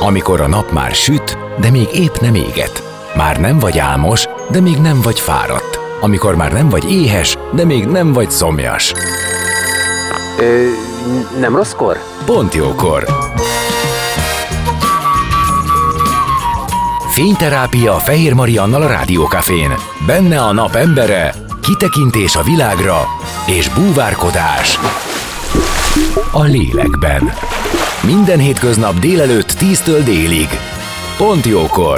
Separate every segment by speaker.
Speaker 1: Amikor a nap már süt, de még épp nem éget. Már nem vagy álmos, de még nem vagy fáradt. Amikor már nem vagy éhes, de még nem vagy szomjas.
Speaker 2: Nem rosszkor?
Speaker 1: Pont jókor. Fényterápia Fehér Mariannal a Rádiókafén. Benne a nap embere, kitekintés a világra és búvárkodás a lélekben. Minden hétköznap délelőtt 10-től délig. Pont jókor.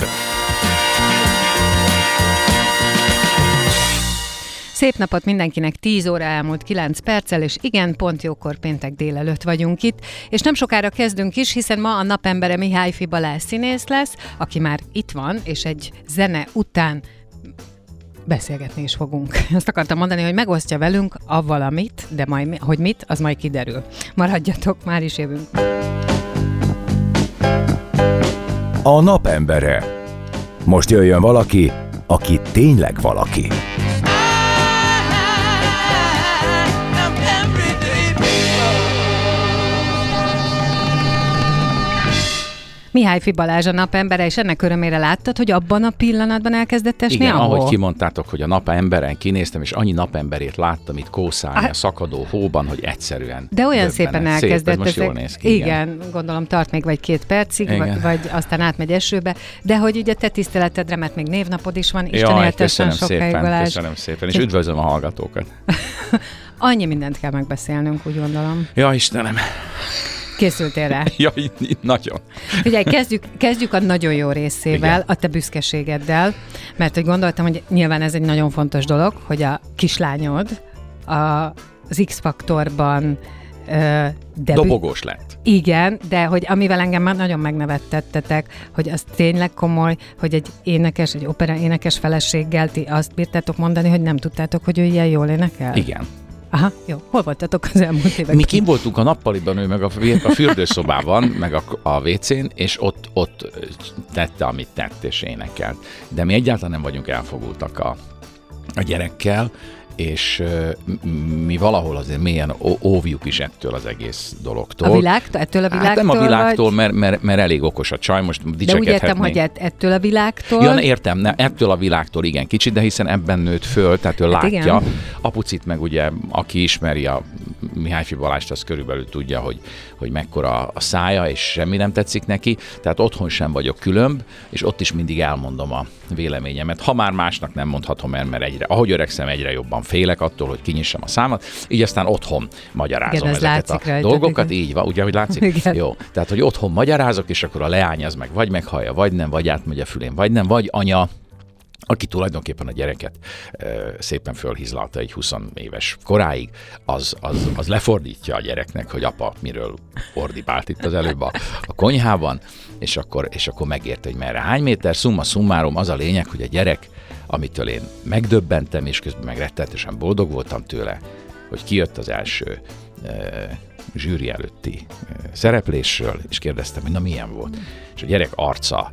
Speaker 3: Szép napot mindenkinek, 10 óra elmúlt 9 perccel, és igen, pont jókor péntek délelőtt vagyunk itt, és nem sokára kezdünk is, hiszen ma a napembere Mihályfi Balázs színész lesz, aki már itt van, és egy zene után beszélgetni is fogunk. Azt akartam mondani, hogy megosztja velünk a valamit, de majd, hogy mit, az majd kiderül. Maradjatok, már is jövünk.
Speaker 1: A napembere. Most jöjjön valaki, aki tényleg valaki.
Speaker 3: Mihályfi Balázs a napembere, és ennek örömére láttad, hogy abban a pillanatban elkezdett esni?
Speaker 4: Igen, ahogy kimondtátok, hogy a napemberen kinéztem, és annyi napemberét láttam itt kószálni a szakadó hóban, hogy egyszerűen
Speaker 3: de olyan
Speaker 4: döbbenet.
Speaker 3: szépen elkezdett.
Speaker 4: Szép, most jól néz ki.
Speaker 3: Igen, gondolom tart még vagy 2 percig, vagy aztán átmegy esőbe, de hogy ugye te tiszteletedre, mert még névnapod is van, Isten éltessen sokáig, Balázs.
Speaker 4: Köszönöm szépen, és üdvözlöm a hallgatókat.
Speaker 3: Annyi mindent kell megbeszélnünk, úgy gondolom.
Speaker 4: Ja, Istenem.
Speaker 3: Készültél rá?
Speaker 4: Ja, nagyon.
Speaker 3: Figyelj, kezdjük a nagyon jó részével, igen, a te büszkeségeddel, mert hogy gondoltam, hogy nyilván ez egy nagyon fontos dolog, hogy a kislányod az X-faktorban
Speaker 4: dobogós lett.
Speaker 3: Igen, de hogy amivel engem már nagyon megnevettettetek, hogy az tényleg komoly, hogy egy énekes, egy opera énekes feleséggel ti azt bírtátok mondani, hogy nem tudtátok, hogy ő ilyen jól énekel?
Speaker 4: Igen.
Speaker 3: Aha, jó. Hol voltatok az elmúlt években?
Speaker 4: Mi kint voltunk a nappaliban, ő meg a fürdőszobában, meg a WC-n, és ott tette, amit tett, és énekelt. De mi egyáltalán nem vagyunk elfogultak a gyerekkel, és mi valahol azért mélyen óvjuk is ettől az egész dologtól.
Speaker 3: Ettől a világtól?
Speaker 4: Hát nem a világtól, mert elég okos a csaj, most dicsekedhetnénk.
Speaker 3: De úgy értem, hogy ettől a világtól?
Speaker 4: Ja, értem, ettől a világtól igen kicsit, de hiszen ebben nőtt föl, tehát ő látja. Igen. Apucit meg ugye, aki ismeri a Mihályfi Balást, az körülbelül tudja, hogy mekkora a szája, és semmi nem tetszik neki, tehát otthon sem vagyok különb, és ott is mindig elmondom a véleményemet. Ha már másnak nem mondhatom el, mert ahogy öregszem, egyre jobban félek attól, hogy kinyissam a számat, így aztán otthon magyarázom ezeket a dolgokat, így van, ugye, hogy látszik? Igen. Jó, tehát, hogy otthon magyarázok, és akkor a leány az meg vagy meghallja, vagy nem, vagy átmegy a fülén, vagy nem, vagy anya, aki tulajdonképpen a gyereket szépen fölhizlalta egy 20 éves koráig, az lefordítja a gyereknek, hogy apa miről ordibált itt az előbb a konyhában, és akkor megérte, hogy merre hány méter, summa summarum, az a lényeg, hogy a gyerek, amitől én megdöbbentem, és közben meg rettenetesen boldog voltam tőle, hogy kijött az első zsűri előtti szereplésről, és kérdeztem, hogy na milyen volt. És a gyerek arca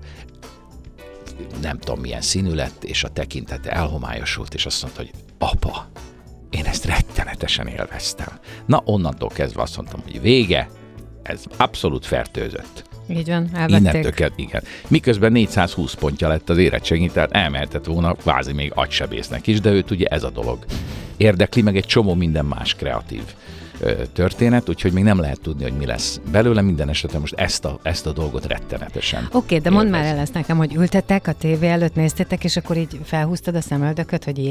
Speaker 4: nem tudom milyen színű lett, és a tekintete elhomályosult, és azt mondta, hogy apa, én ezt rettenetesen élveztem. Na, onnantól kezdve azt mondtam, hogy vége, ez abszolút fertőzött.
Speaker 3: Így van, elvették.
Speaker 4: Igen. Miközben 420 pontja lett az érettségén, tehát elmehetett volna kvázi még agysebésznek is, de őt ugye ez a dolog érdekli, meg egy csomó minden más kreatív történet, úgyhogy még nem lehet tudni, hogy mi lesz belőle, minden esetben most ezt a dolgot rettenetesen.
Speaker 3: Oké, de mondd már el ezt nekem, hogy ültetek a tévé előtt, néztétek, és akkor így felhúztad a szemöldököt, hogy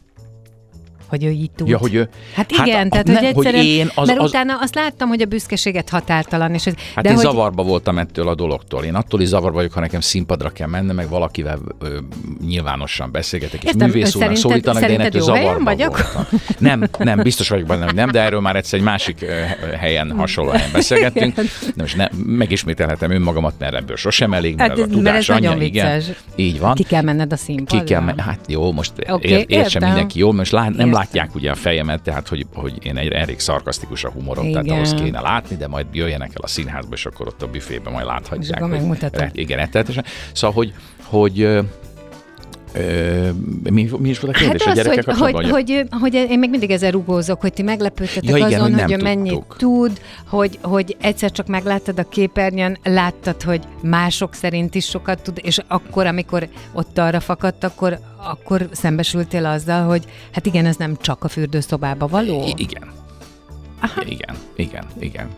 Speaker 3: hogy ő így tud.
Speaker 4: Ja, hogy ő...
Speaker 3: Hát igen, tehát hogy egyszerűen,
Speaker 4: hogy
Speaker 3: mert utána azt láttam, hogy a büszkeséget határtalan. És
Speaker 4: hát én zavarba voltam ettől a dologtól. Én attól is zavarba vagyok, ha nekem színpadra kell mennem, meg valakivel nyilvánosan beszélgetek, és művészúrnak szólítanak, de én ettől zavarba voltam. Nem, biztos vagyok benne, hogy nem, de erről már egyszer egy másik helyen, hasonló helyen beszélgettünk. Most megismételhetem önmagamat, mert ebből sosem elég, mert a tudás anyja, igen. Így van.
Speaker 3: Ki kell menned a színpadra.
Speaker 4: Hát jó, most értsen mindenki jól, most nem látják ugye a fejemet, tehát hogy én elég szarkasztikus a humorom, igen, tehát ahhoz kéne látni, de majd jöjjenek el a színházba, és akkor ott a büfében majd láthatják.
Speaker 3: És akkor megmutatom.
Speaker 4: Igen, rettenetesen. Szóval, hogy Mi is volt a kérdés
Speaker 3: hát
Speaker 4: a gyerekek kapcsolatban?
Speaker 3: Hogy én még mindig ezzel rugózok, hogy ti meglepődtetek azon, hogy mennyit tud, hogy egyszer csak megláttad a képernyőn, láttad, hogy mások szerint is sokat tud, és akkor, amikor ott arra fakadt, akkor szembesültél azzal, hogy hát igen, ez nem csak a fürdőszobába való?
Speaker 4: Igen. Aha. Igen.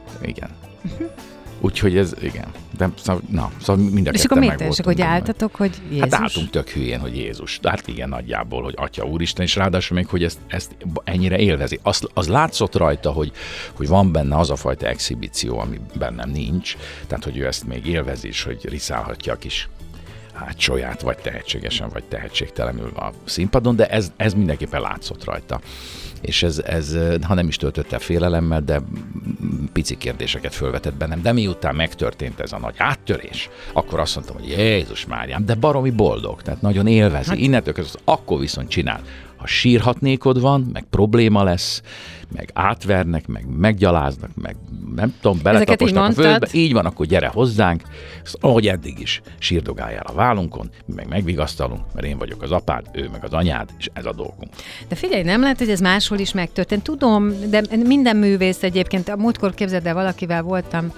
Speaker 4: Úgyhogy ez, igen. De, szóval mind a
Speaker 3: és akkor mit és akkor álltatok, hogy Jézus?
Speaker 4: Hát álltunk tök hülyén, hogy Jézus. Hát igen, nagyjából, hogy Atya Úristen, és ráadásul még, hogy ezt ennyire élvezi. Az látszott rajta, hogy van benne az a fajta exhibíció, ami bennem nincs. Tehát, hogy ő ezt még élvezi, és hogy riszálhatja a kis hátsóját, vagy tehetségesen, vagy tehetségtelenül a színpadon, de ez mindenképpen látszott rajta. És ez, ha nem is töltötte félelemmel, de pici kérdéseket fölvetett bennem. De miután megtörtént ez a nagy áttörés, akkor azt mondtam, hogy Jézus Máriám, de baromi boldog, tehát nagyon élvezi. Hát, innentől kezdve akkor viszont csinál. Ha sírhatnékod van, meg probléma lesz, meg átvernek, meg meggyaláznak, meg nem tudom, beletaposnak a földbe, így van, akkor gyere hozzánk, ahogy eddig is, sírdogáljál a vállunkon, mi meg megvigasztalunk, mert én vagyok az apád, ő meg az anyád, és ez a dolgunk.
Speaker 3: De figyelj, nem lehet, hogy ez máshol is megtörtént. Tudom, de minden művész egyébként, a múltkor képzeld el, valakivel voltam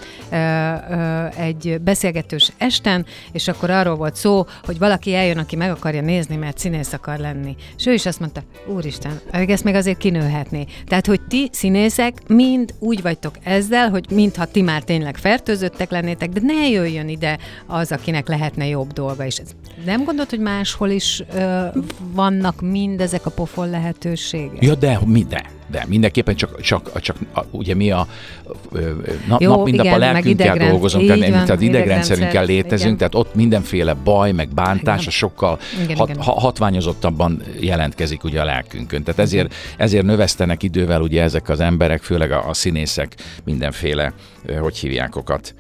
Speaker 3: egy beszélgetős esten, és akkor arról volt szó, hogy valaki eljön, aki meg akarja nézni, mert színész akar lenni. És ő is azt mondta, úristen, ezt még azért kinőhetné. Tehát, hogy ti színészek mind úgy vagytok ezzel, hogy mintha ti már tényleg fertőzöttek lennétek, de ne jöjjön ide az, akinek lehetne jobb dolga is. Nem gondolod, hogy máshol is vannak mindezek a pofon lehetőségek?
Speaker 4: Ja, de mindenképpen csak ugye mi a nap mint nap a lelkünkkel dolgozunk, tehát idegrendszerünkkel létezünk, igen. Tehát ott mindenféle baj, meg bántás sokkal hatványozottabban jelentkezik ugye a lelkünkön. Tehát ezért növesztenek idővel ugye ezek az emberek, főleg a színészek mindenféle, hogy hívják okat,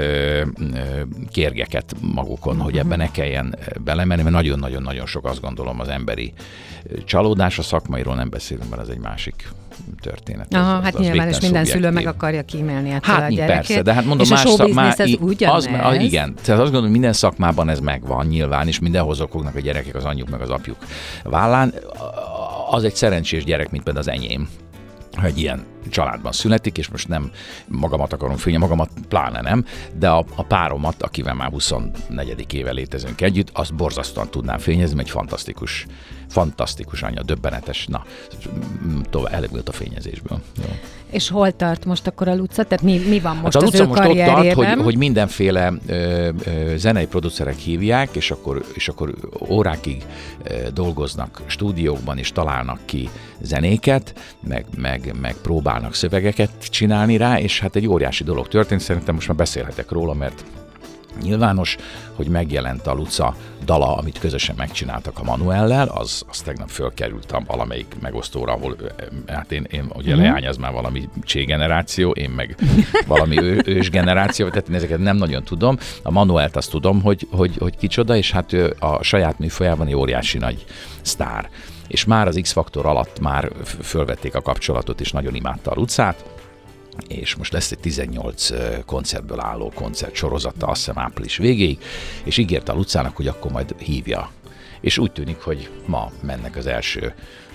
Speaker 4: kérgeket magukon, hogy ebben ne kelljen belemenni, mert nagyon-nagyon-nagyon sok, azt gondolom, az emberi csalódás, a szakmairól nem beszélünk, mert ez egy másik történet.
Speaker 3: Aha, hát nyilván, és minden szülő meg akarja kímélni ettől a gyerekét.
Speaker 4: Persze, de hát mondom,
Speaker 3: és a showbiznisz ez ugyanez.
Speaker 4: Igen, tehát azt gondolom, hogy minden szakmában ez megvan nyilván, és mindenhol zokognak a gyerekek az anyjuk meg az apjuk vállán. Az egy szerencsés gyerek, mint például az enyém, hogy ilyen családban születik, és most nem magamat akarom fényelni, magamat pláne nem, de a páromat, akivel már 24. éve létezünk együtt, azt borzasztóan tudnám fényezni, egy fantasztikus anya, döbbenetes, elégült a fényezésből. Jó.
Speaker 3: És hol tart most akkor a Luca? Tehát mi van most
Speaker 4: hát
Speaker 3: az ő karrierjében?
Speaker 4: Ott tart, hogy mindenféle zenei producerek hívják, és akkor órákig dolgoznak stúdiókban, és találnak ki zenéket, meg próbálnak szövegeket csinálni rá, és hát egy óriási dolog történt, szerintem most már beszélhetek róla, mert nyilvános, hogy megjelent a Luca dala, amit közösen megcsináltak a Manuellel, az tegnap fölkerült valamelyik megosztóra, ahol hát én ugye Leány az már valami cséggeneráció, én meg valami ős generáció, tehát én ezeket nem nagyon tudom. A Manuelt azt tudom, hogy kicsoda, és hát ő a saját műfajában egy óriási nagy sztár. És már az X-faktor alatt már fölvették a kapcsolatot, és nagyon imádta a Lucát, és most lesz egy 18 koncertből álló koncertsorozata, azt hiszem április végéig, és ígérte a Lucának, hogy akkor majd hívja. És úgy tűnik, hogy ma mennek az első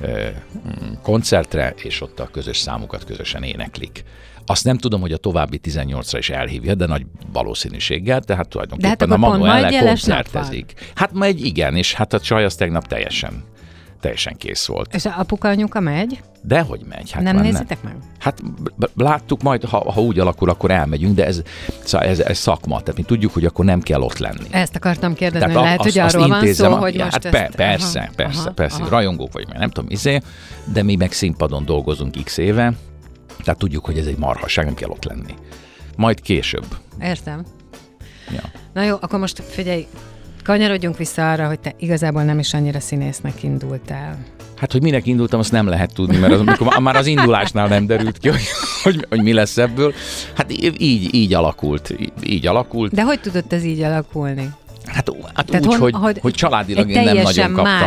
Speaker 4: koncertre, és ott a közös számukat közösen éneklik. Azt nem tudom, hogy a további 18-ra is elhívja, de nagy valószínűséggel, tehát tulajdonképpen a Manuellel koncertezik. Hát majd igen, és hát a csaj az tegnap teljesen kész volt. És
Speaker 3: apuka, anyuka megy?
Speaker 4: Dehogy megy. Hát
Speaker 3: nem nézitek meg?
Speaker 4: Hát láttuk majd, ha úgy alakul, akkor elmegyünk, de ez szakma, tehát mi tudjuk, hogy akkor nem kell ott lenni.
Speaker 3: Ezt akartam kérdezni, tehát lehet, hogy arról van szó, hogy most
Speaker 4: hát persze, rajongók vagy, mert nem tudom, de mi meg színpadon dolgozunk x éve, tehát tudjuk, hogy ez egy marhaság, nem kell ott lenni. Majd később.
Speaker 3: Értem. Ja. Na jó, akkor most figyelj, kanyarodjunk vissza arra, hogy te igazából nem is annyira színésznek indultál.
Speaker 4: Hát, hogy minek indultam, azt nem lehet tudni, mert már az indulásnál nem derült ki, hogy mi lesz ebből. Hát így alakult.
Speaker 3: De hogy tudott ez így alakulni?
Speaker 4: Hát úgy, hogy családilag én nem nagyon kaptam.
Speaker 3: teljesen más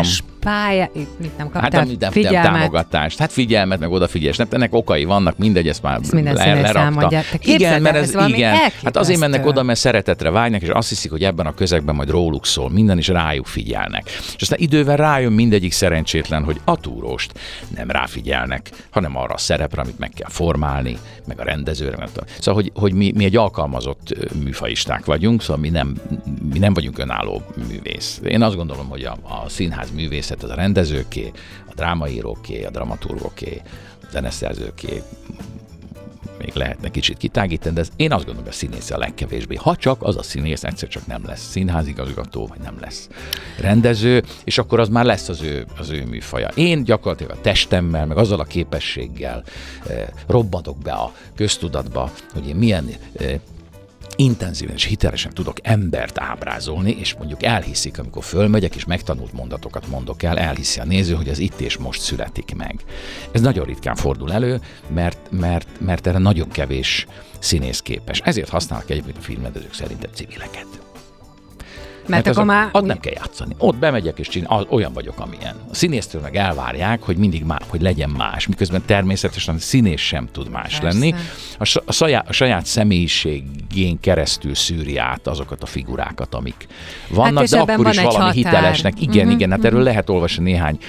Speaker 3: pályát, nem kaptál
Speaker 4: támogatást. Hát figyelmet, meg odafigyelés. Nem, ennek okai vannak, mindegy, ezt már lerakta.
Speaker 3: Igen, mert ez
Speaker 4: igen. Hát azért mennek oda, mert szeretetre vágynak, és azt hiszik, hogy ebben a közegben majd róluk szól minden, és rájuk figyelnek. És aztán idővel rájön mindegyik szerencsétlen, hogy a túróst nem ráfigyelnek, hanem arra a szerepre, amit meg kell formálni, meg a rendezőre. Szóval, hogy mi egy alkalmazott műfajisták vagyunk, szóval mi nem vagyunk önálló művész. Én azt gondolom, hogy a színház művészet az a rendezőké, a drámaíróké, a dramaturgoké, a zeneszerzőké, még lehetne kicsit kitágítani, de én azt gondolom, hogy a színész a legkevésbé. Ha csak az a színész egyszer csak nem lesz színházigazgató, vagy nem lesz rendező, és akkor az már lesz az ő műfaja. Én gyakorlatilag a testemmel, meg azzal a képességgel robbanok be a köztudatba, hogy én milyen intenzíven és hitelesen tudok embert ábrázolni, és mondjuk elhiszik, amikor fölmegyek, és megtanult mondatokat mondok el, elhiszi a néző, hogy az itt és most születik meg. Ez nagyon ritkán fordul elő, mert erre nagyon kevés színész képes. Ezért használnak egyébként a filmrendezők szerintem civileket. Mert akkor már... Ott nem kell játszani. Ott bemegyek és olyan vagyok, amilyen. A színésztől meg elvárják, hogy mindig hogy legyen más, miközben természetesen a színész sem tud más lenni. A saját személyiségén keresztül szűri át azokat a figurákat, amik vannak, de akkor is valami hitelesnek. Igen, hát erről lehet olvasni néhány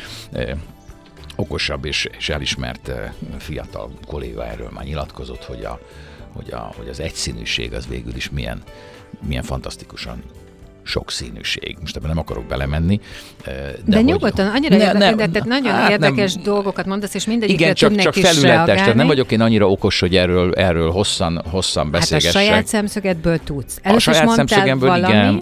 Speaker 4: okosabb és elismert fiatal kolléga erről már nyilatkozott, hogy az egyszínűség az végül is milyen fantasztikusan sokszínűség. Most ebben nem akarok belemenni.
Speaker 3: De nyugodtan, annyira érdekes, nagyon érdekes dolgokat mondasz, és mindegyikre tudnék is
Speaker 4: felületes, reagálni. Tehát nem vagyok én annyira okos, hogy erről hosszan beszélgessek.
Speaker 3: Hát a saját szemszögedből tudsz.
Speaker 4: Először a saját szemszögemből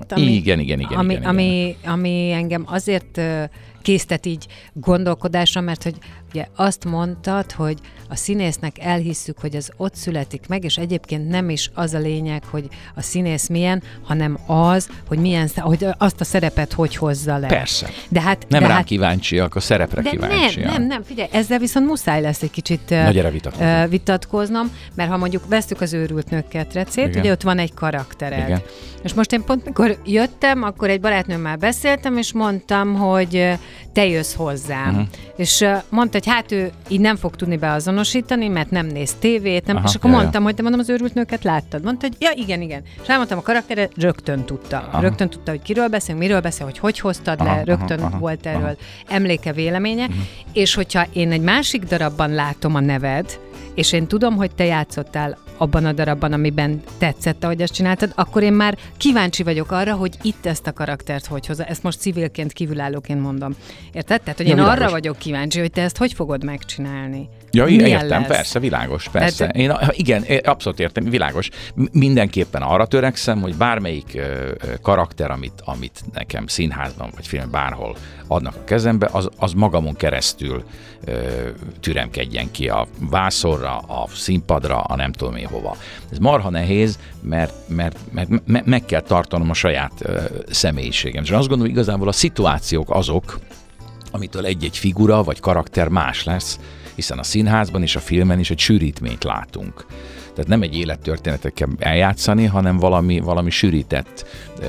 Speaker 4: igen.
Speaker 3: Ami engem azért késztet így gondolkodásra, mert hogy ugye azt mondtad, hogy a színésznek elhisszük, hogy az ott születik meg, és egyébként nem is az a lényeg, hogy a színész milyen, hanem az, hogy azt a szerepet hogy hozza le.
Speaker 4: Persze. De rám kíváncsiak, a szerepre kíváncsiak.
Speaker 3: Nem, figyelj, ezzel viszont muszáj lesz egy kicsit vitatkoznom, mert ha mondjuk vesztük az Őrült nők ketrecét, ugye ott van egy karaktered. Igen. És most én pont, amikor jöttem, akkor egy barátnőmmel beszéltem, és mondtam, hogy te jössz hozzám. És mondta, hogy hát ő így nem fog tudni beazonosítani, mert nem néz tévét, és akkor mondtam, hogy te mondom, az Őrült nőket láttad. Mondta, hogy ja, igen. És elmondtam a karakteret, rögtön tudta. Rögtön tudta, hogy kiről beszélünk, miről beszél, hogy hoztad le, rögtön volt erről emléke, véleménye. És hogyha én egy másik darabban látom a neved, és én tudom, hogy te játszottál abban a darabban, amiben tetszett, ahogy ezt csináltad, akkor én már kíváncsi vagyok arra, hogy itt ezt a karaktert hogy hozza. Ezt most civilként, kívülállóként mondom. Érted? Tehát, hogy én arra vagyok kíváncsi, hogy te ezt hogy fogod megcsinálni.
Speaker 4: Ja, értem, persze, világos, persze. Igen, abszolút értem, világos. Mindenképpen arra törekszem, hogy bármelyik karakter, amit nekem színházban vagy filmben bárhol adnak a kezembe, az magamon keresztül türemkedjen ki a vászorra, a színpadra, a nem tudom én hova. Ez marha nehéz, mert meg kell tartanom a saját személyiségem. És azt gondolom, igazából a szituációk azok, amitől egy-egy figura vagy karakter más lesz, hiszen a színházban és a filmen is egy sűrítményt látunk. Tehát nem egy élettörténetet kell eljátszani, hanem valami sűrített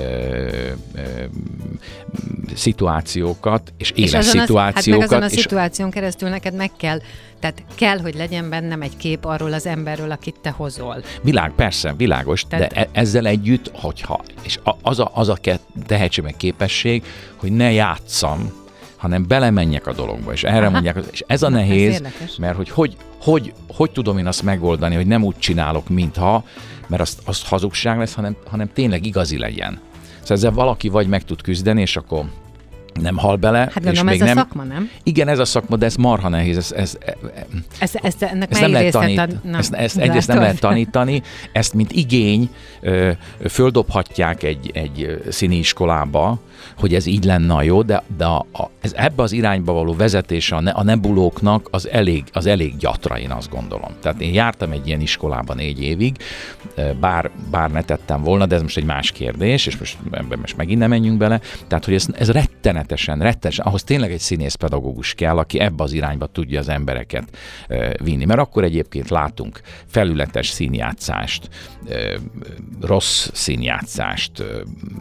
Speaker 4: szituációkat, és éles szituációkat.
Speaker 3: Hát meg azon a szituáción keresztül neked meg kell, hogy legyen bennem egy kép arról az emberről, akit te hozol.
Speaker 4: Persze, világos, de ezzel együtt, és az a tehetség meg képesség, hogy ne játsszam, hanem belemenjek a dologba, és erre mondják, és ez a nehéz, mert hogy tudom én azt megoldani, hogy nem úgy csinálok, mintha, mert az hazugság lesz, hanem tényleg igazi legyen. Szóval ezzel valaki vagy meg tud küzdeni, és akkor nem hal bele.
Speaker 3: Hát gondolom, ez a szakma, nem?
Speaker 4: Igen, ez a szakma, de ez marha nehéz.
Speaker 3: Ennek
Speaker 4: nem lehet tanítani. Egyrészt nem lehet tanítani. Ezt, mint igény, földobhatják egy színiiskolába, hogy ez így lenne jó, de ez ebbe az irányba való vezetése a nebulóknak az elég gyatra, én azt gondolom. Tehát én jártam egy ilyen iskolában 4 évig, bár ne tettem volna, de ez most egy más kérdés, és most megint nem menjünk bele. Tehát, hogy ez rettenetesen, ahhoz tényleg egy színészpedagógus kell, aki ebbe az irányba tudja az embereket vinni. Mert akkor egyébként látunk felületes színjátszást, rossz színjátszást,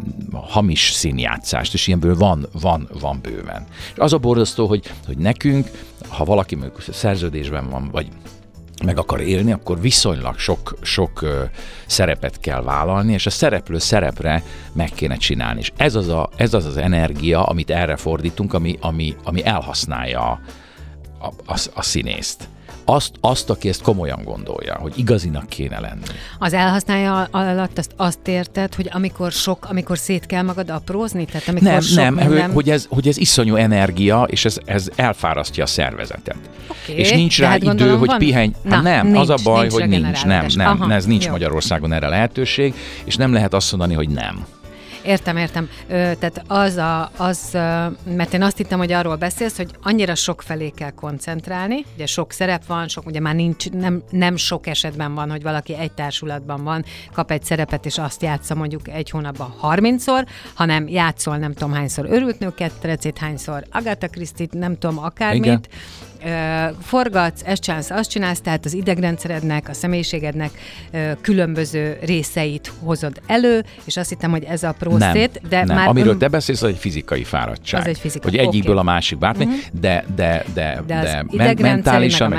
Speaker 4: hamis színjátszást, és ilyenből van bőven. És az a borzasztó, hogy nekünk, ha valaki szerződésben van, vagy meg akar élni, akkor viszonylag sok szerepet kell vállalni, és a szereplő szerepre meg kéne csinálni. És ez az energia, amit erre fordítunk, ami elhasználja a színészt. Azt, aki ezt komolyan gondolja, hogy igazinak kéne lenni.
Speaker 3: Az elhasználja alatt azt érted, hogy amikor szét kell magad aprózni? Tehát amikor
Speaker 4: hogy ez iszonyú energia, és ez elfárasztja a szervezetet.
Speaker 3: Okay,
Speaker 4: és nincs rá idő, hogy pihenj.
Speaker 3: Nincs,
Speaker 4: az a baj, hogy nincs. Ez nincs
Speaker 3: jó.
Speaker 4: Magyarországon erre lehetőség, és nem lehet azt mondani, hogy nem.
Speaker 3: Értem. Tehát mert én azt hittem, hogy arról beszélsz, hogy annyira sok felé kell koncentrálni, ugye sok szerep van, ugye már nem sok esetben van, hogy valaki egy társulatban van, kap egy szerepet, és azt játsza mondjuk egy hónapban 30-szor, hanem játszol nem tudom hányszor Őrült nők ketrecét, hányszor Agatha Christie-t, nem tudom akármit. Igen. Forgatsz, ezt csinálsz, azt csinálsz, tehát az idegrendszerednek, a személyiségednek különböző részeit hozod elő, és azt hittem, hogy ez a prószét, de
Speaker 4: nem.
Speaker 3: már...
Speaker 4: Amiről te beszélsz, az egy fizikai fáradtság.
Speaker 3: Az egy fizikai,
Speaker 4: hogy egyikből a másikba átmegy, de mentálisan,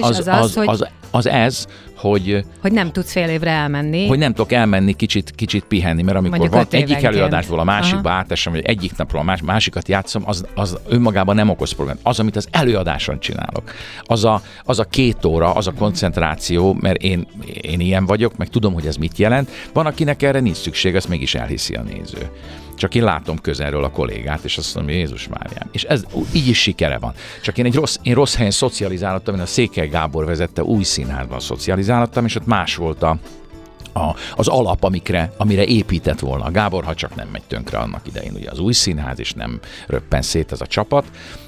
Speaker 4: hogy
Speaker 3: nem tudsz fél évre elmenni.
Speaker 4: Hogy nem tudok elmenni kicsit pihenni, mert amikor van egyik előadásból a másikba átesem, vagy egyik napról a másikat játszom, az önmagában nem okoz problémát. Az, amit az előadáson csinálok, az a 2 óra, az a koncentráció, mert én ilyen vagyok, meg tudom, hogy ez mit jelent. Van, akinek erre nincs szükség, ezt mégis elhiszi a néző. Csak én látom közelről a kollégát, és azt mondom, Jézus Máriám. És ez így is sikere van. Csak én rossz helyen szocializálottam, én a Székely Gábor vezette Új Színházban szocializálottam, és ott más volt az alap, amire épített volna a Gábor, ha csak nem megy tönkre annak idején ugye az Új Színház, és nem röppen szét ez a csapat.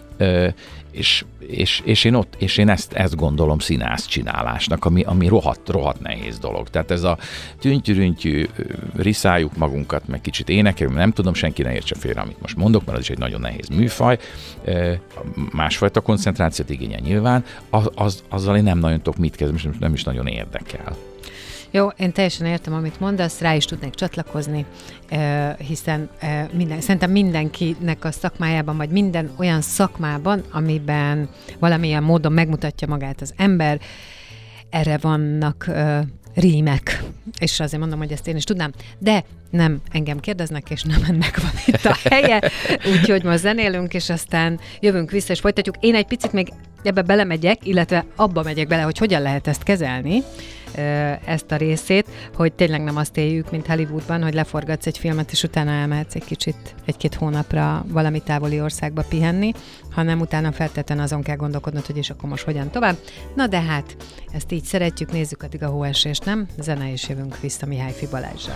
Speaker 4: És én ezt gondolom színász csinálásnak, ami rohadt nehéz dolog. Tehát ez a tűntyű, riszáljuk magunkat, meg kicsit énekelünk, nem tudom, senki ne értse félre, amit most mondok, mert az is egy nagyon nehéz műfaj, másfajta koncentrációt igényel nyilván, azzal én nem nagyon tudok mit kezdeni, és nem is nagyon érdekel.
Speaker 3: Jó, én teljesen értem, amit mondasz, rá is tudnék csatlakozni, hiszen szerintem mindenkinek a szakmájában, vagy minden olyan szakmában, amiben valamilyen módon megmutatja magát az ember, erre vannak rímek. És azért mondom, hogy ezt én is tudnám. De nem engem kérdeznek, és nem ennek van itt a helye. Úgyhogy ma zenélünk, és aztán jövünk vissza, és folytatjuk. Én egy picit még ebbe belemegyek, illetve abba megyek bele, hogy hogyan lehet ezt kezelni, ezt a részét, hogy tényleg nem azt éljük, mint Hollywoodban, hogy leforgatsz egy filmet, és utána elmehetsz egy kicsit, 1-2 hónapra valami távoli országba pihenni, hanem utána feltétlenül azon kell gondolkodnod, hogy és akkor most hogyan tovább. Na de hát, ezt így szeretjük, nézzük addig a hóesést, nem? Zene, és jövünk vissza Mihályfi Balázssal.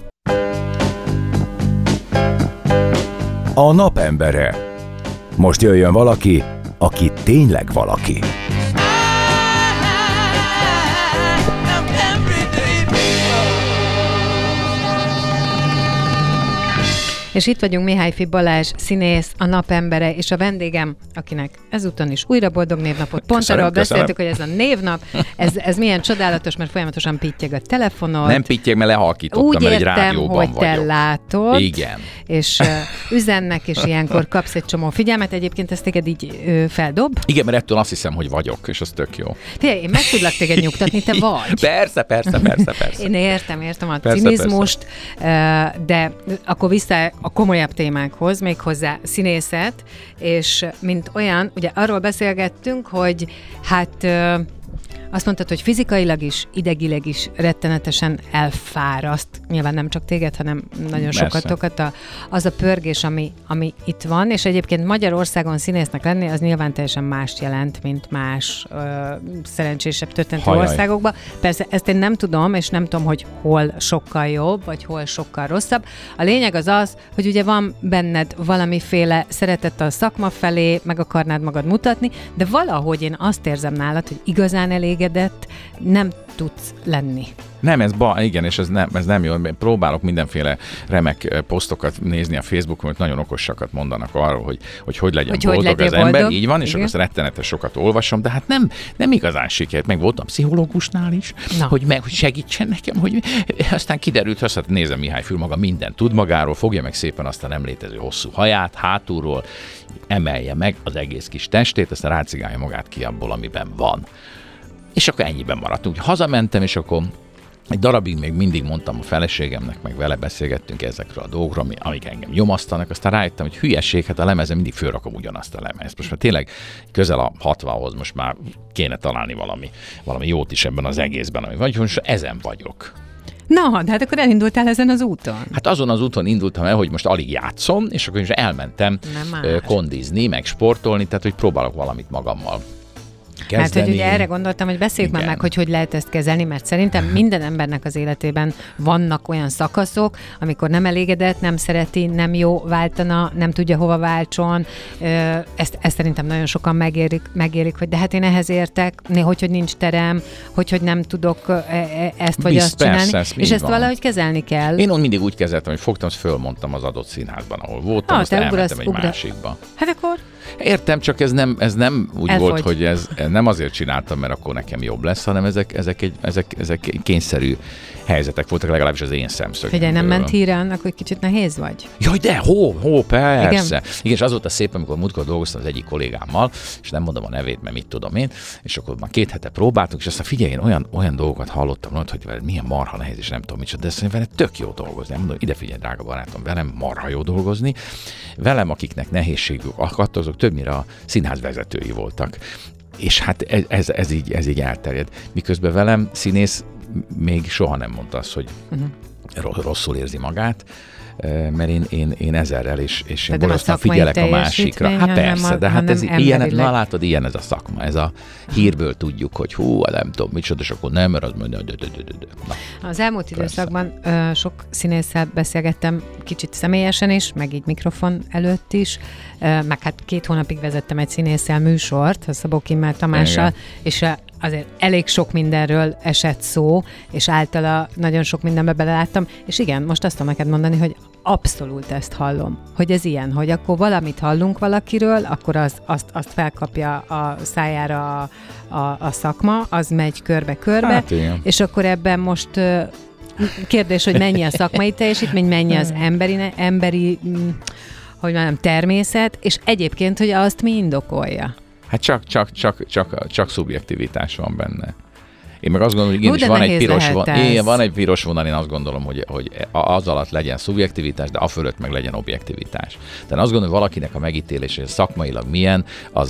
Speaker 1: A napembere. Most jöjjön valaki, aki tényleg valaki.
Speaker 3: És itt vagyunk, Mihályfi Balázs, színész, a napembere, és a vendégem, akinek ezúton is újra boldog névnapot. Pont arról beszéltük, hogy ez a névnap, ez milyen csodálatos, mert folyamatosan pittyeg a telefonod.
Speaker 4: Nem pittyeg, mert lehalkítottam, mert egy rádióban
Speaker 3: vagyok. Úgy értem, hogy te látod.
Speaker 4: Igen.
Speaker 3: És üzennek, és ilyenkor kapsz egy csomó figyelmet. Egyébként ezt téged így feldob.
Speaker 4: Igen, mert ettől azt hiszem, hogy vagyok, és az tök jó.
Speaker 3: Figyelj, én meg tudlak téged nyugtatni, te vagy.
Speaker 4: Persze.
Speaker 3: Én értem a cinizmust, de akkor vissza a komolyabb témákhoz, méghozzá színészet, és mint olyan, ugye arról beszélgettünk, hogy hát azt mondtad, hogy fizikailag is, idegileg is rettenetesen elfáraszt. Nyilván nem csak téged, hanem nagyon sokatokat az a pörgés, ami itt van, és egyébként Magyarországon színésznek lenni, az nyilván teljesen mást jelent, mint más szerencsésebb történetű országokban. Persze ezt én nem tudom, és nem tudom, hogy hol sokkal jobb, vagy hol sokkal rosszabb. A lényeg az, hogy ugye van benned valamiféle szeretet a szakma felé, meg akarnád magad mutatni, de valahogy én azt érzem nálad, hogy igazán elégedett nem tudsz lenni.
Speaker 4: Nem, igen, és ez nem jó. Próbálok mindenféle remek posztokat nézni a Facebookon, hogy nagyon okosakat mondanak arról, hogy legyen boldog az ember, így van, és akkor azt rettenetes sokat olvasom, de hát nem igazán sikerült. Meg voltam pszichológusnál is, hogy segítsen nekem, hogy aztán kiderült, hogy azt nézem, Mihály Fül maga mindent tud magáról, fogja meg szépen azt a nem létező hosszú haját hátulról, emelje meg az egész kis testét, aztán rácigálja magát ki abból, amiben van. És akkor ennyiben maradtunk. Hazamentem, és akkor egy darabig még mindig mondtam a feleségemnek, meg vele beszélgettünk ezekről a dolgokról, amik engem nyomasztanak, aztán rájöttem, hogy hülyeség, hát a lemezen mindig fölrakom ugyanazt a lemezt. Most már tényleg közel a 60-hoz most már kéne találni valami jót is ebben az egészben, ami vagy, most ezen vagyok.
Speaker 3: Na, de hát akkor elindultál ezen az úton.
Speaker 4: Hát azon az úton indultam el, hogy most alig játszom, és akkor is elmentem kondizni, meg sportolni, tehát hogy próbálok valamit magammal kezdeni.
Speaker 3: Hát, hogy ugye erre gondoltam, hogy beszéljük már meg, hogy lehet ezt kezelni, mert szerintem minden embernek az életében vannak olyan szakaszok, amikor nem elégedett, nem szereti, nem jó, váltana, nem tudja hova váltson. Ezt szerintem nagyon sokan megérik, hogy de hát én ehhez értek, hogy nincs terem, hogy nem tudok ezt vagy azt csinálni. És ezt valahogy kezelni kell.
Speaker 4: Én mindig úgy kezeltem, hogy fogtam, azt fölmondtam az adott színházban, ahol voltam, azt elmentem egy másikba.
Speaker 3: Hát akkor...
Speaker 4: Értem, csak ez nem úgy volt, hogy ez nem azért csináltam, mert akkor nekem jobb lesz, hanem ezek kényszerű helyzetek voltak, legalábbis az én szemszögemből.
Speaker 3: Figyelj, nem ment híre annak, hogy kicsit nehéz vagy?
Speaker 4: Jaj, de persze. Igen, és az volt a szép, amikor múltkor dolgoztam az egyik kollégámmal, és nem mondom a nevét, mert mit tudom én, és akkor már 2 hete próbáltunk, és aztán figyelj, én olyan dolgokat hallottam, hogy veled milyen marha nehéz, és nem tudom micsoda, de szerintem veled tök jó dolgozni. Mondom, ide figyelj, drága barátom, velem marha jó dolgozni. Velem, akiknek nehézségük akadt, azok többnyire a színház vezetői voltak. És hát ez így elterjed. Miközben velem színész még soha nem mondta azt, hogy rosszul érzi magát, mert én ezerrel, és én borzasztóan figyelek a másikra. Hát persze, de hát ez ilyen, na látod, ilyen ez a szakma, ez a hírből tudjuk, hogy nem tudom, micsoda, és akkor nem, mert az majd...
Speaker 3: Az elmúlt időszakban sok színésszel beszélgettem, kicsit személyesen is, meg így mikrofon előtt is, meg hát 2 hónapig vezettem egy színésszel műsort, a Szabó Kimmel Tamással, és azért elég sok mindenről esett szó, és általa nagyon sok mindenbe beleláttam, és igen, most azt tudom neked mondani, hogy abszolút ezt hallom, hogy ez ilyen, hogy akkor valamit hallunk valakiről, akkor azt felkapja a szájára a szakma, az megy körbe-körbe, hát és akkor ebben most kérdés, hogy mennyi a szakmai teljesítmény, mennyi az emberi hogy mondjam, természet, és egyébként, hogy azt mi indokolja.
Speaker 4: Hát csak szubjektivitás van benne. Én meg azt gondolom, hogy igenis van egy piros vonal, én azt gondolom, hogy az alatt legyen szubjektivitás, de afölött meg legyen objektivitás. Tehát azt gondolom, hogy valakinek a megítélése szakmailag milyen,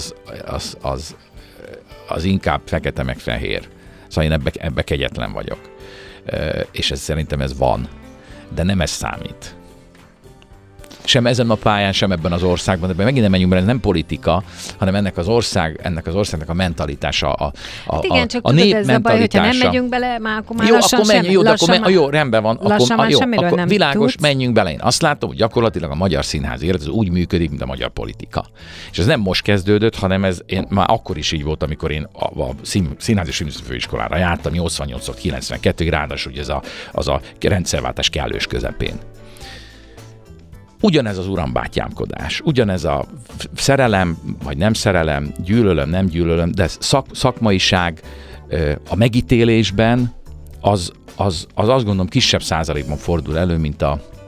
Speaker 4: az inkább fekete meg fehér. Szóval én ebbe kegyetlen vagyok. És szerintem ez van. De nem ez számít. Sem ezen a pályán, sem ebben az országban, de megint nem menjünk, mert ez nem politika, hanem ennek az országnak a mentalitása, a nép mentalitása. Ez a baj, hogyha nem megyünk bele, akkor már jó, rendben van. Akkor világos, menjünk bele. Én azt látom, hogy gyakorlatilag a magyar színház élet az úgy működik, mint a magyar politika. És ez nem most kezdődött, hanem én már akkor is így volt, amikor én a Színház és Filmfőiskolára jártam 88-tól 92-ig, ráadásul ugye az a rendszerváltás kellős közepén. Ugyanez az urambátyámkodás, ugyanez a szerelem, vagy nem szerelem, gyűlölöm, nem gyűlölöm, de szakmaiság a megítélésben az azt gondolom kisebb százalékban fordul elő, mint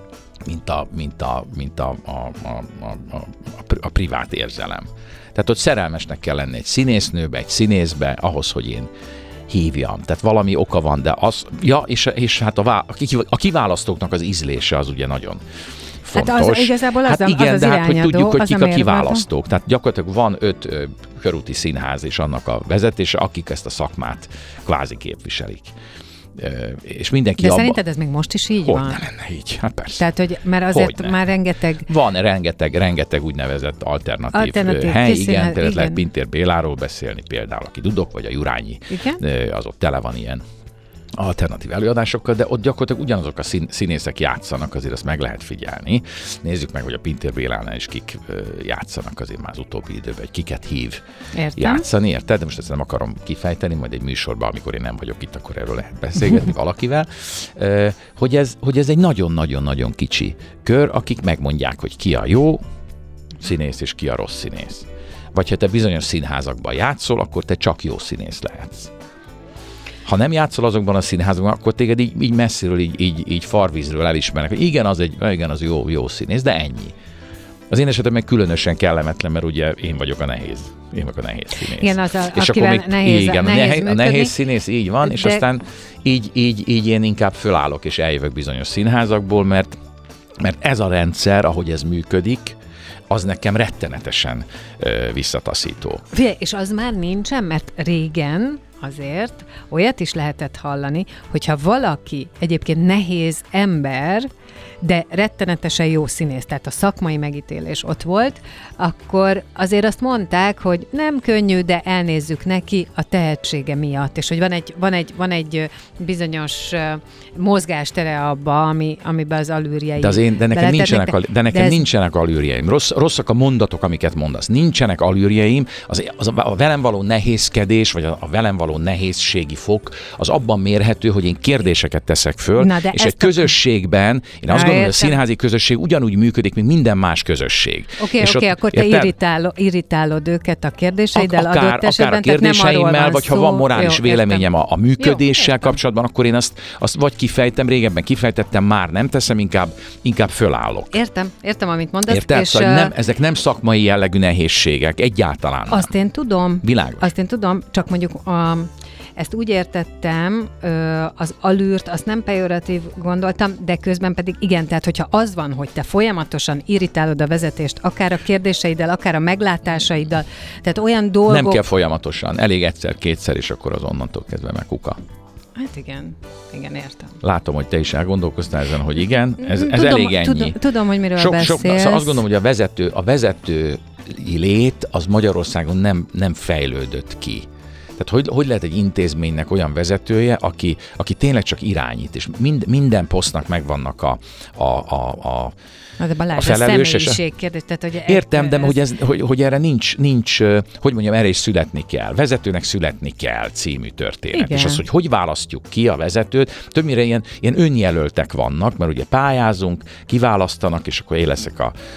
Speaker 4: a privát érzelem. Tehát ott szerelmesnek kell lenni egy színésznőbe, egy színészbe, ahhoz, hogy én hívjam. Tehát valami oka van, de az, és hát a kiválasztóknak az ízlése az ugye nagyon fontos.
Speaker 3: Hát az igazából az,
Speaker 4: igen,
Speaker 3: az
Speaker 4: de hát, hogy tudjuk, hogy kik a kiválasztók.
Speaker 3: Van.
Speaker 4: Tehát gyakorlatilag van 5 körúti színház és annak a vezetése, akik ezt a szakmát kvázi képviselik. És mindenki
Speaker 3: de szerinted ez még most is így van?
Speaker 4: Hogy ne lenne így? Hát persze.
Speaker 3: Tehát, hogy mert azért már rengeteg...
Speaker 4: Van rengeteg úgynevezett alternatív hely, igen, tehát lehet Pintér Béláról beszélni például, aki Dudok, vagy a Jurányi, az ott tele van ilyen alternatív előadásokkal, de ott gyakorlatilag ugyanazok a színészek játszanak, azért azt meg lehet figyelni. Nézzük meg, hogy a Pintér Bélánál is kik játszanak azért már az utóbbi időben, hogy kiket hív játszani, érted? De most ezt nem akarom kifejteni, majd egy műsorban, amikor én nem vagyok itt, akkor erről lehet beszélgetni valakivel, hogy ez egy nagyon-nagyon-nagyon kicsi kör, akik megmondják, hogy ki a jó színész és ki a rossz színész. Vagy ha te bizonyos színházakban játszol, akkor te csak jó színész lehetsz. Ha nem játszol azokban a színházakban, akkor téged így messziről, így farvízről elismernek, hogy igen, az jó színész, de ennyi. Az én esetem meg különösen kellemetlen, mert ugye én vagyok a nehéz színész.
Speaker 3: Igen,
Speaker 4: és akkor még a nehéz színész, így van, és aztán így én inkább fölállok, és eljövök bizonyos színházakból, mert ez a rendszer, ahogy ez működik, az nekem rettenetesen visszataszító.
Speaker 3: És az már nincsen, mert régen azért olyat is lehetett hallani, hogyha valaki egyébként nehéz ember, de rettenetesen jó színész, tehát a szakmai megítélés ott volt, akkor azért azt mondták, hogy nem könnyű, de elnézzük neki a tehetsége miatt, és hogy van egy bizonyos mozgástere abba, amiben az allűrjei.
Speaker 4: De nekem nincsenek allűrjeim. Rosszak a mondatok, amiket mondasz. Nincsenek allűrjeim. A velem való nehézkedés, vagy a velem való nehézségi fok, az abban mérhető, hogy én kérdéseket teszek föl, és egy közösségben, én azt gondolom, hogy a színházi közösség ugyanúgy működik, mint minden más közösség.
Speaker 3: Oké, akkor te irritálod őket a kérdéseiddel, adott esetben,
Speaker 4: akár a kérdéseimmel, vagy ha van morális véleményem a működéssel kapcsolatban, akkor én azt vagy kifejtem, régebben kifejtettem, már nem teszem, inkább fölállok.
Speaker 3: Értem, amit mondasz.
Speaker 4: Érted? Szóval ezek nem szakmai jellegű nehézségek, egyáltalán nem.
Speaker 3: Azt én tudom.
Speaker 4: Világos.
Speaker 3: Azt én tudom, csak mondjuk ezt úgy értettem, az allűrt, azt nem pejoratív gondoltam, de közben pedig igen, tehát hogyha az van, hogy te folyamatosan irritálod a vezetést, akár a kérdéseiddel, akár a meglátásaiddal, tehát olyan dolgok...
Speaker 4: Nem kell folyamatosan, elég egyszer-kétszer, és akkor az onnantól kezdve meg kuka.
Speaker 3: Hát igen, értem.
Speaker 4: Látom, hogy te is elgondolkoztál ezen, hogy igen, ez elég ennyi.
Speaker 3: Tudom, hogy miről beszélsz.
Speaker 4: Szóval azt gondolom, hogy a vezetői lét az Magyarországon nem fejlődött ki. Tehát hogy lehet egy intézménynek olyan vezetője, aki tényleg csak irányít, és minden posztnak megvannak a felelős. Értem, de hogy erre nincs, hogy mondjam, erre is születni kell. Vezetőnek születni kell című történet. Igen. És az, hogy választjuk ki a vezetőt, többnyire ilyen önjelöltek vannak, mert ugye pályázunk, kiválasztanak, és akkor én leszek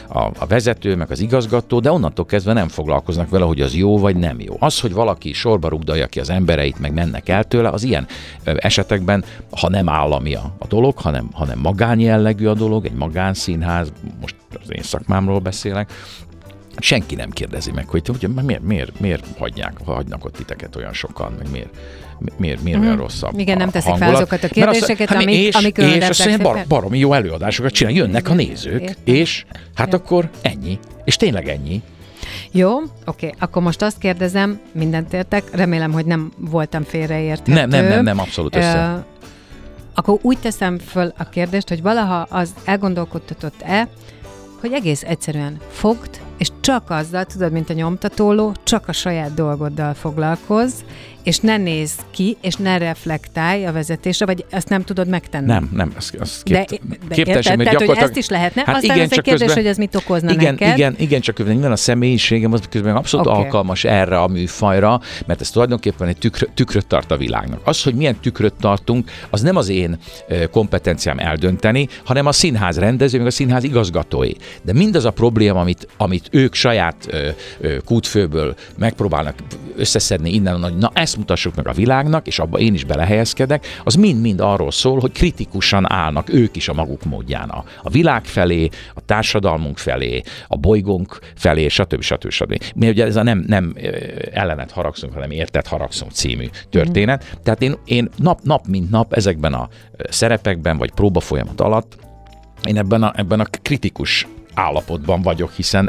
Speaker 4: a vezető, meg az igazgató, de onnantól kezdve nem foglalkoznak vele, hogy az jó vagy nem jó. Az, hogy valaki sorba rugdalja ki az embereit, meg mennek el tőle, az ilyen esetekben, ha nem állami a dolog, hanem magánjellegű a dolog, egy magánszínház, most az én szakmámról beszélek, senki nem kérdezi meg, hogy miért hagynak ott titeket olyan sokan, meg miért olyan rosszabb
Speaker 3: igen, nem teszik fel azokat a kérdéseket, amikről
Speaker 4: és azt baromi jó előadásokat csinálnak, jönnek a nézők, értem. És hát akkor ennyi, és tényleg ennyi.
Speaker 3: Jó, oké, akkor most azt kérdezem, mindent értek, remélem, hogy nem voltam félreérthető.
Speaker 4: Nem, abszolút össze.
Speaker 3: Akkor úgy teszem föl a kérdést, hogy valaha az elgondolkodtatott-e, hogy egész egyszerűen fogd, és csak azzal, tudod, mint a nyomtatóló, csak a saját dolgoddal foglalkozz, és ne nézz ki, és ne reflektálj a vezetésre, vagy ezt nem tudod megtenni.
Speaker 4: Nem, azt
Speaker 3: képtelenség, mert tehát, hogy ezt is lehetne. Hát aztán ez egy kérdés, hogy ez mit okozna neked. Igen, csak minden a személyiségem az közben abszolút alkalmas erre a műfajra, mert ez tulajdonképpen egy tükröt tart a világnak. Az, hogy milyen tükröt tartunk, az nem az én kompetenciám eldönteni, hanem a színház rendező, meg a színház igazgatói. De mindaz a probléma, amit ők saját kútfőből megpróbálnak összeszedni innen, hogy na ezt mutassuk meg a világnak, és abba én is belehelyezkedek, az mind-mind arról szól, hogy kritikusan állnak ők is a maguk módján a világ felé, a társadalmunk felé, a bolygónk felé, stb. Mi ugye ez a nem ellenet haragszunk, hanem érted haragszunk című történet. Tehát én nap mint nap ezekben a szerepekben, vagy próbafolyamat alatt én ebben a kritikus állapotban vagyok, hiszen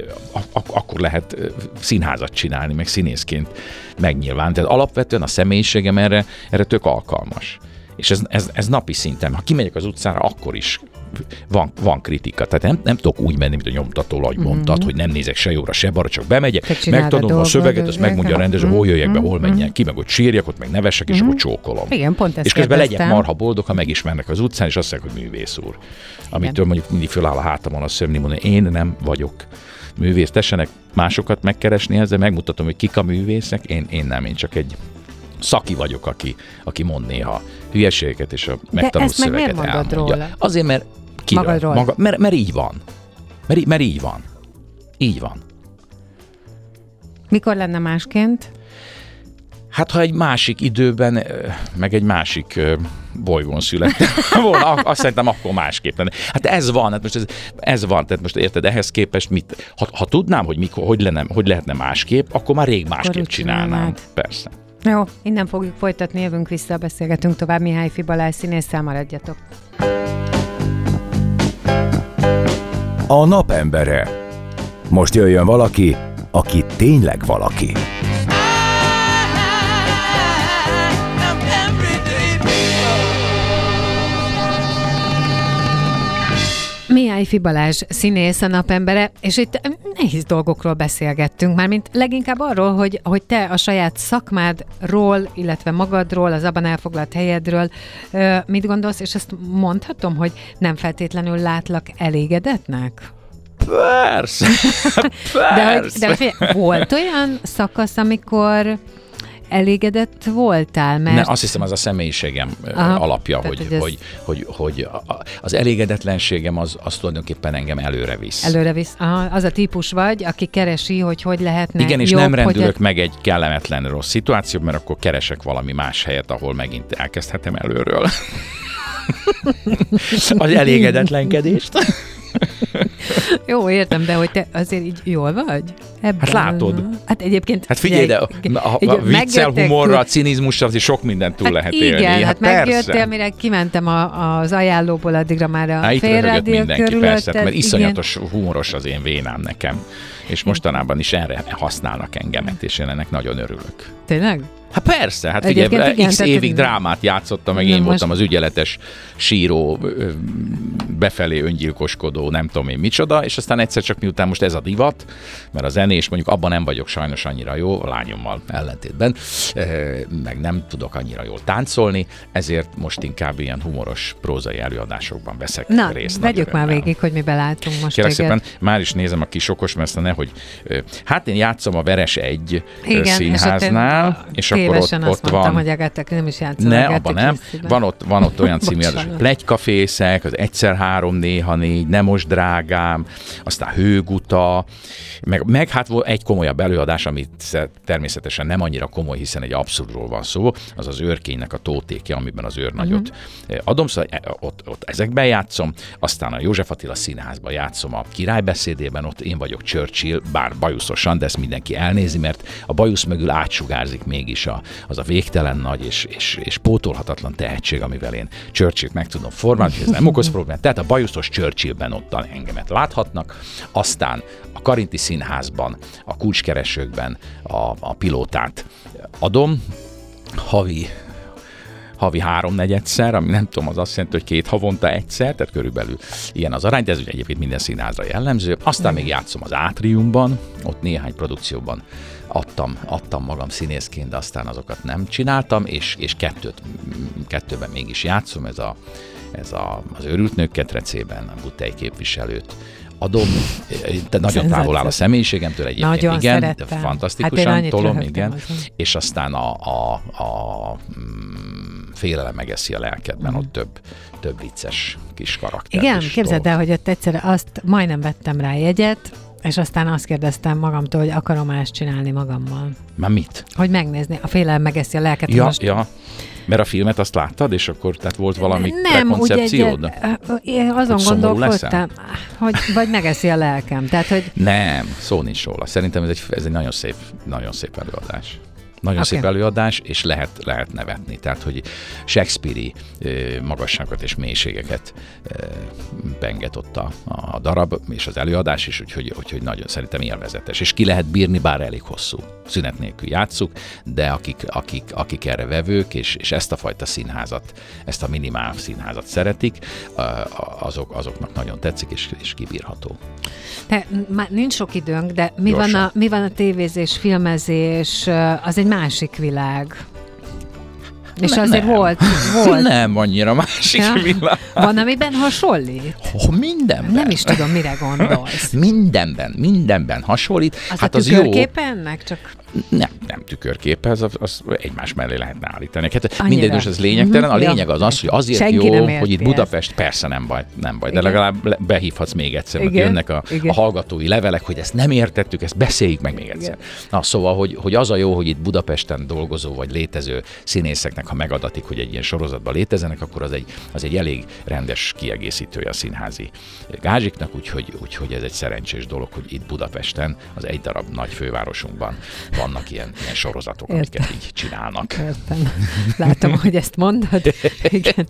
Speaker 3: akkor lehet színházat csinálni, meg színészként megnyilván. Tehát alapvetően a személyiségem erre tök alkalmas. És ez napi szinten. Ha kimegyek az utcára, akkor is
Speaker 4: van kritika. Tehát nem tudok úgy menni, mint a nyomtató, ahogy mondtad, hogy nem nézek se jobbra, se balra, csak bemegyek, megtanulom a szöveget, azt megmondja a rendező, hol jöjjek be, hol menjen ki, meg hogy sírjak, ott meg nevessek, és akkor csókolom.
Speaker 3: Igen, pont ezt
Speaker 4: és közben legyek marha boldog, ha megismernek az utcán, és azt mondják, hogy művész úr. Amitől mondjuk mindig föláll a hátamon a szörnyű, mondani, én nem vagyok művész. Tessenek másokat megkeresni ezzel, megmutatom, hogy kik a művészek, én nem, én csak egy szaki vagyok, aki mond néha hülyeségeket, és a megtanult szöveget elmondja. Róla? Azért, mert mert így van. Mert így van. Így van.
Speaker 3: Mikor lenne másként?
Speaker 4: Hát, ha egy másik időben, meg egy másik bolygón születtem volna, azt szerintem akkor másképp lenne. Hát ez van, hát most ez van, tehát most érted, ehhez képest mit? Ha tudnám, hogy mikor, hogy lehetne másképp, akkor már rég másképp csinálnám. Persze.
Speaker 3: Jó, innen fogjuk folytatni, jövünk vissza, beszélgetünk tovább Mihályfi Balázs színésszel, maradjatok.
Speaker 1: A napembere. Most jöjjön valaki, aki tényleg valaki.
Speaker 3: Mihályfi Balázs színész, a napembere, és itt nehéz dolgokról beszélgettünk, mármint leginkább arról, hogy te a saját szakmádról, illetve magadról, az abban elfoglalt helyedről mit gondolsz, és ezt mondhatom, hogy nem feltétlenül látlak elégedetnek?
Speaker 4: Persze.
Speaker 3: De figyelj, volt olyan szakasz, amikor elégedett voltál? Mert...
Speaker 4: Azt hiszem, az a személyiségem alapja, hogy az elégedetlenségem az tulajdonképpen engem előre visz.
Speaker 3: Előre visz. Az a típus vagy, aki keresi, hogy lehetne
Speaker 4: igen, és
Speaker 3: jobb,
Speaker 4: nem rendülök meg egy kellemetlen rossz szituációt, mert akkor keresek valami más helyet, ahol megint elkezdhetem előről. Az elégedetlenkedést.
Speaker 3: Jó, értem, de hogy te azért így jól vagy? Ebben.
Speaker 4: Hát látod.
Speaker 3: Hát egyébként...
Speaker 4: Hát figyelj, de a viccel, humorra, a cinizmusra azért sok mindent túl lehet élni.
Speaker 3: Igen, hát megjöttél, mire kimentem az ajánlóból, addigra már a félrádió körülötted.
Speaker 4: Persze, mert iszonyatos humoros az én vénám nekem. És mostanában is erre használnak engemet, és én ennek nagyon örülök.
Speaker 3: Tényleg?
Speaker 4: Hát persze, hát figyelj, x évig drámát játszottam, meg én voltam az ügyeletes síró, befelé öngyilkoskodó, nem tudom én micsoda, és aztán egyszer csak miután most ez a divat, mert a zenés mondjuk abban nem vagyok sajnos annyira jó, a lányommal ellentétben, meg nem tudok annyira jól táncolni, ezért most inkább ilyen humoros prózai előadásokban veszek részt.
Speaker 3: Na, vegyük már végig, hogy mi belátunk most.
Speaker 4: Kérlek szépen, már is nézem a kis okos, mert aztán nehogy... Hát én játszom a Veres 1 színháznál, és akkor ott
Speaker 3: mondtam,
Speaker 4: van...
Speaker 3: hogy Agatek nem is játszom.
Speaker 4: Ne, abban nem. Van ott olyan című, hogy Pletykafészek, az 1x3, néha 4, Nem most drágám, aztán Hőguta, meg hát volt egy komolyabb előadás, amit természetesen nem annyira komoly, hiszen egy abszurdról van szó, az az Őrkénynek a tótékja, amiben az őrnagyot adom, szóval ott ezekben játszom, aztán a József Attila Színházban játszom a királybeszédében, ott én vagyok Churchill, bár bajuszosan, de ezt mindenki elnézi, mert a bajusz mögül átsugárzik mégis az a végtelen nagy és pótolhatatlan tehetség, amivel én Churchillt meg tudom formálni, ez nem okoz problémát. Tehát a bajuszos Churchillben ott engemet láthatnak, aztán a Karinti Színházban, a Kulcskeresőkben a pilótát adom, havi 3-4-szer, ami nem tudom, az azt jelenti, hogy 2 havonta egyszer, tehát körülbelül ilyen az arány, de ez ugye egyébként minden színházra jellemző. Aztán még játszom az Átriumban, ott néhány produkcióban adtam magam színészként, de aztán azokat nem csináltam, és kettőben mégis játszom, az Őrült nők ketrecében, a Butey képviselőt adom, de nagyon távol áll a személyiségemtől egyébként,
Speaker 3: nagyon
Speaker 4: igen,
Speaker 3: szerettem.
Speaker 4: de fantasztikusan tolom, igen,
Speaker 3: azon.
Speaker 4: És aztán a Félelem megeszi a lelkedben, ott több vicces kis karakter.
Speaker 3: Igen, képzeld el, hogy ott egyszer azt majdnem vettem rá jegyet, és aztán azt kérdeztem magamtól, hogy akarom ezt csinálni magammal.
Speaker 4: Már mit?
Speaker 3: Hogy megnézni, a Félelem megeszi a lelket.
Speaker 4: Ja. Mert a filmet azt láttad, és akkor tehát volt valami prekoncepciód?
Speaker 3: Én azon gondolkodtam, hogy vagy megeszi a lelkem. Tehát, hogy...
Speaker 4: Nem, szó nincs róla. Szerintem ez egy nagyon szép előadás. Nagyon szép előadás, és lehet nevetni. Tehát, hogy Shakespeare-i magasságokat és mélységeket penget ott a darab, és az előadás is, úgyhogy nagyon szerintem élvezetes. És ki lehet bírni, bár elég hosszú. Szünet nélkül játsszuk, de akik erre vevők, és ezt a fajta színházat, ezt a minimál színházat szeretik, azoknak nagyon tetszik, és kibírható.
Speaker 3: Már nincs sok időnk, de mi van a tévézés, filmezés, az egy másik világ. És azért volt.
Speaker 4: Nem annyira másik világ.
Speaker 3: Van, amiben hasonlít?
Speaker 4: Mindenben.
Speaker 3: Nem is tudom, mire gondolsz.
Speaker 4: Mindenben hasonlít.
Speaker 3: Az hát a tükörképe ennek? Csak...
Speaker 4: Nem tükörképe, az egymás mellé lehetne állítani. Hát mindegyes ez lényegtelen. A lényeg az, hogy azért senki jó, hogy itt Budapest, persze nem baj, de legalább behívhatsz még egyszer, mert jönnek a hallgatói levelek, hogy ezt nem értettük, ezt beszéljük meg még egyszer. Na, szóval, hogy az a jó, hogy itt Budapesten dolgozó vagy létező színészeknek, ha megadatik, hogy egy ilyen sorozatban létezzenek, akkor az egy elég rendes kiegészítője a színházi gázsiknak, úgyhogy ez egy szerencsés dolog, hogy itt Budapesten, az egy darab nagy fővárosunkban vannak ilyen sorozatok, amiket így csinálnak.
Speaker 3: Értem. Látom, hogy ezt mondod. Igen.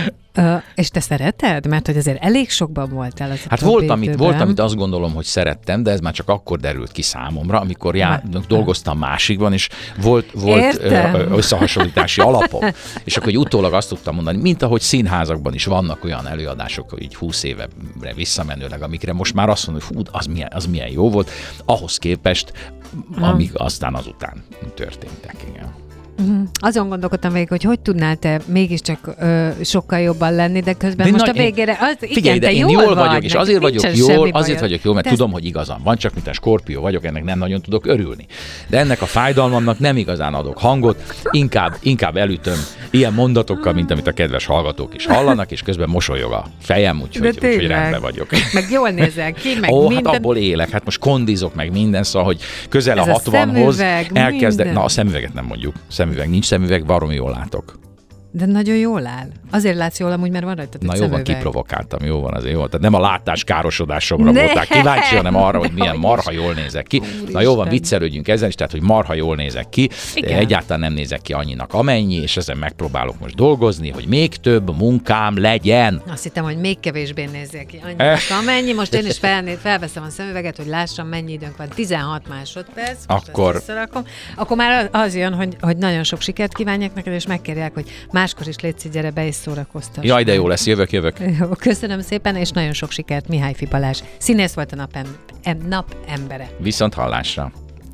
Speaker 3: És te szereted? Mert hogy azért elég sokban voltál az
Speaker 4: hát volt, amit azt gondolom, hogy szerettem, de ez már csak akkor derült ki számomra, amikor dolgoztam másikban, és volt összehasonlítási alapom. És akkor utólag azt tudtam mondani, mint ahogy színházakban is vannak olyan előadások, hogy így 20 évre visszamenőleg, amikre most már azt mondom, hogy az milyen jó volt, ahhoz képest, amik aztán azután történtek. Igen.
Speaker 3: Azon gondolkodtam végig, hogy tudnál te mégiscsak sokkal jobban lenni, de közben most a végére...
Speaker 4: Figyelj, de én jól vagyok, és azért vagyok jól, mert tudom, hogy igazam van, csak mint a Skorpió vagyok, ennek nem nagyon tudok örülni. De ennek a fájdalmamnak nem igazán adok hangot, inkább elütöm ilyen mondatokkal, mint amit a kedves hallgatók is hallanak, és közben mosolyog a fejem, úgyhogy rendben vagyok.
Speaker 3: Meg jól nézel ki, meg
Speaker 4: minden... Hát abból élek, hát most kondizok meg minden, szóval, hogy közel a 60-hoz elkezdek... Na, a szemüveget nem mondjuk. Nincs szemüveg, baromi jól látok.
Speaker 3: De nagyon jól áll. Azért látsz jól amúgy, mert van rajtad egy szemüveg.
Speaker 4: Na jó, kiprovokáltam, jó van, azért jó. Tehát nem a látás károsodásomra voltál kíváncsi, hanem arra, hogy milyen marha jól nézek ki. Na jó van, viccelődjünk ezen is, tehát hogy marha jól nézek ki, de egyáltalán nem nézek ki annyinak amennyi, és ezen megpróbálok most dolgozni, hogy még több munkám legyen.
Speaker 3: Azt hittem, hogy még kevésbé nézzek ki annyinak amennyi. Most én is felveszem a szemüveget, hogy lássam, mennyi időnk van. 16 másodperc. Akkor már az jön, hogy nagyon sok sikert kívánják neked, és megkérják, hogy máskor is létszik, gyere be és szórakoztass.
Speaker 4: Jaj, de jó lesz, jövök.
Speaker 3: Jó, köszönöm szépen, és nagyon sok sikert, Mihályfi Balázs. Színész volt a nap embere.
Speaker 4: Viszont hallásra.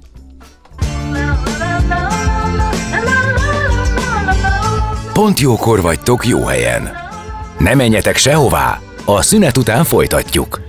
Speaker 1: Pont jókor vagytok jó helyen. Ne menjetek sehová, a szünet után folytatjuk.